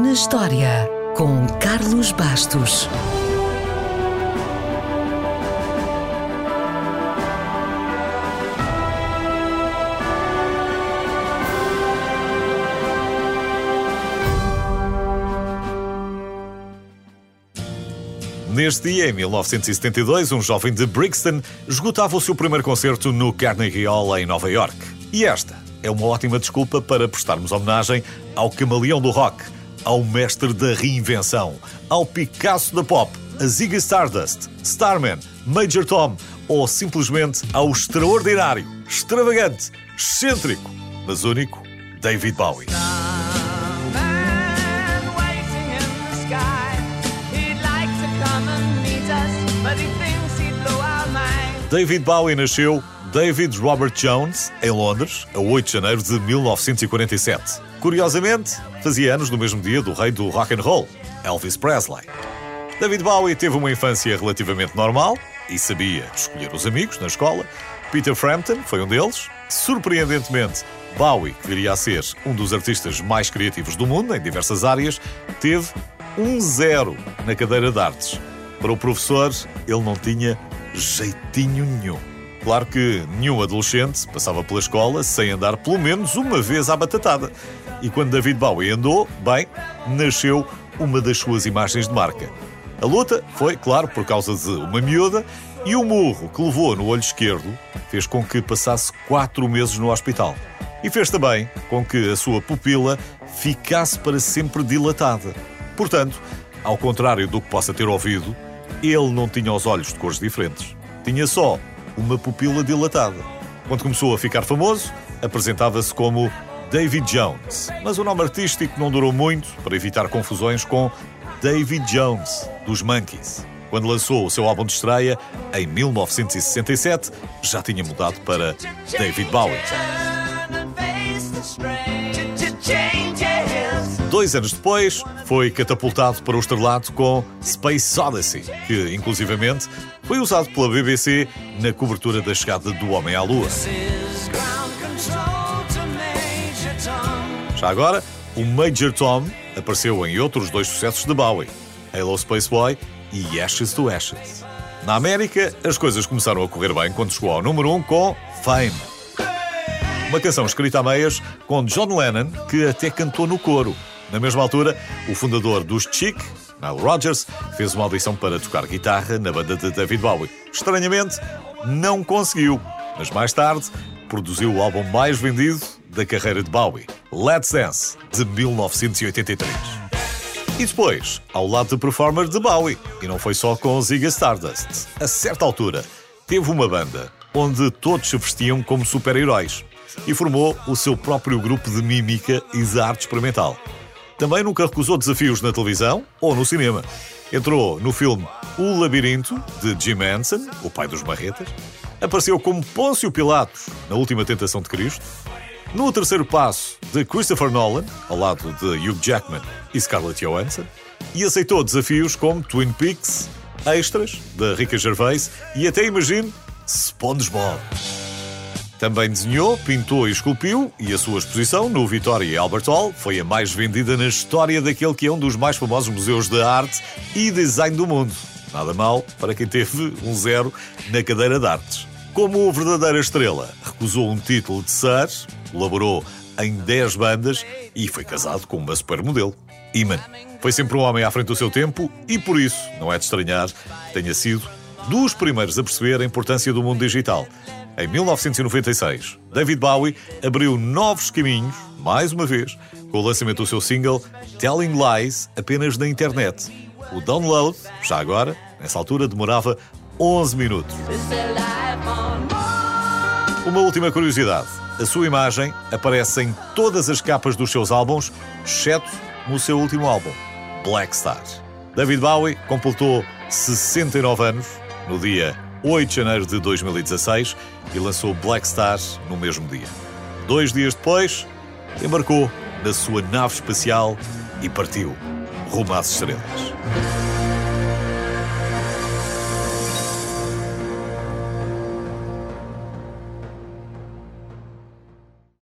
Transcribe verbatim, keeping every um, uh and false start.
na História, com Carlos Bastos. Neste dia, em mil novecentos e setenta e dois, um jovem de Brixton esgotava o seu primeiro concerto no Carnegie Hall, em Nova York. E esta é uma ótima desculpa para prestarmos homenagem ao camaleão do rock, ao mestre da reinvenção, ao Picasso da pop, a Ziggy Stardust, Starman, Major Tom ou simplesmente ao extraordinário, extravagante, excêntrico, mas único David Bowie. David Bowie nasceu David Robert Jones, em Londres, a oito de janeiro de mil novecentos e quarenta e sete. Curiosamente, fazia anos no mesmo dia do rei do rock and roll, Elvis Presley. David Bowie teve uma infância relativamente normal e sabia escolher os amigos na escola. Peter Frampton foi um deles. Surpreendentemente, Bowie, que viria a ser um dos artistas mais criativos do mundo em diversas áreas, teve um zero na cadeira de artes. Para o professor, ele não tinha jeitinho nenhum. Claro que nenhum adolescente passava pela escola sem andar pelo menos uma vez à batatada. E quando David Bowie andou, bem, nasceu uma das suas imagens de marca. A luta foi, claro, por causa de uma miúda, e o murro que levou no olho esquerdo fez com que passasse quatro meses no hospital. E fez também com que a sua pupila ficasse para sempre dilatada. Portanto, ao contrário do que possa ter ouvido, ele não tinha os olhos de cores diferentes. Tinha só uma pupila dilatada. Quando começou a ficar famoso, apresentava-se como David Jones. Mas o nome artístico não durou muito para evitar confusões com David Jones, dos Monkees. Quando lançou o seu álbum de estreia, em mil novecentos e sessenta e sete, já tinha mudado para David Bowie. Dois anos depois, foi catapultado para o estrelato com Space Odyssey, que, inclusivamente, foi usado pela B B C na cobertura da chegada do homem à Lua. Já agora, o Major Tom apareceu em outros dois sucessos de Bowie, Hello Space Boy e Ashes to Ashes. Na América, as coisas começaram a correr bem quando chegou ao número um com Fame. Uma canção escrita a meias com John Lennon, que até cantou no coro. Na mesma altura, o fundador dos Chic, Nile Rodgers, fez uma audição para tocar guitarra na banda de David Bowie. Estranhamente, não conseguiu, mas mais tarde produziu o álbum mais vendido da carreira de Bowie, Let's Dance, de mil novecentos e oitenta e três. E depois, ao lado de performer de Bowie, e não foi só com Ziggy Stardust. A certa altura, teve uma banda onde todos se vestiam como super-heróis e formou o seu próprio grupo de mímica e de arte experimental. Também nunca recusou desafios na televisão ou no cinema. Entrou no filme O Labirinto, de Jim Henson, o pai dos marretas. Apareceu como Pôncio Pilatos na Última Tentação de Cristo. No Terceiro Passo, de Christopher Nolan, ao lado de Hugh Jackman e Scarlett Johansson. E aceitou desafios como Twin Peaks, Extras, de Ricky Gervais e até, imagine, SpongeBob. Também desenhou, pintou e esculpiu, e a sua exposição no Victoria Albert Hall foi a mais vendida na história daquele que é um dos mais famosos museus de arte e design do mundo. Nada mal para quem teve um zero na cadeira de artes. Como verdadeira estrela, recusou um título de Sir, colaborou em dez bandas e foi casado com uma supermodelo, Iman. Foi sempre um homem à frente do seu tempo e, por isso, não é de estranhar que tenha sido dos primeiros a perceber a importância do mundo digital. Em mil novecentos e noventa e seis, David Bowie abriu novos caminhos, mais uma vez, com o lançamento do seu single Telling Lies apenas na internet. O download, já agora, nessa altura, demorava onze minutos. Uma última curiosidade. A sua imagem aparece em todas as capas dos seus álbuns, exceto no seu último álbum, Black Star. David Bowie completou sessenta e nove anos no dia oito de janeiro de dois mil e dezasseis e lançou Black Star no mesmo dia. Dois dias depois, embarcou na sua nave espacial e partiu rumo às estrelas.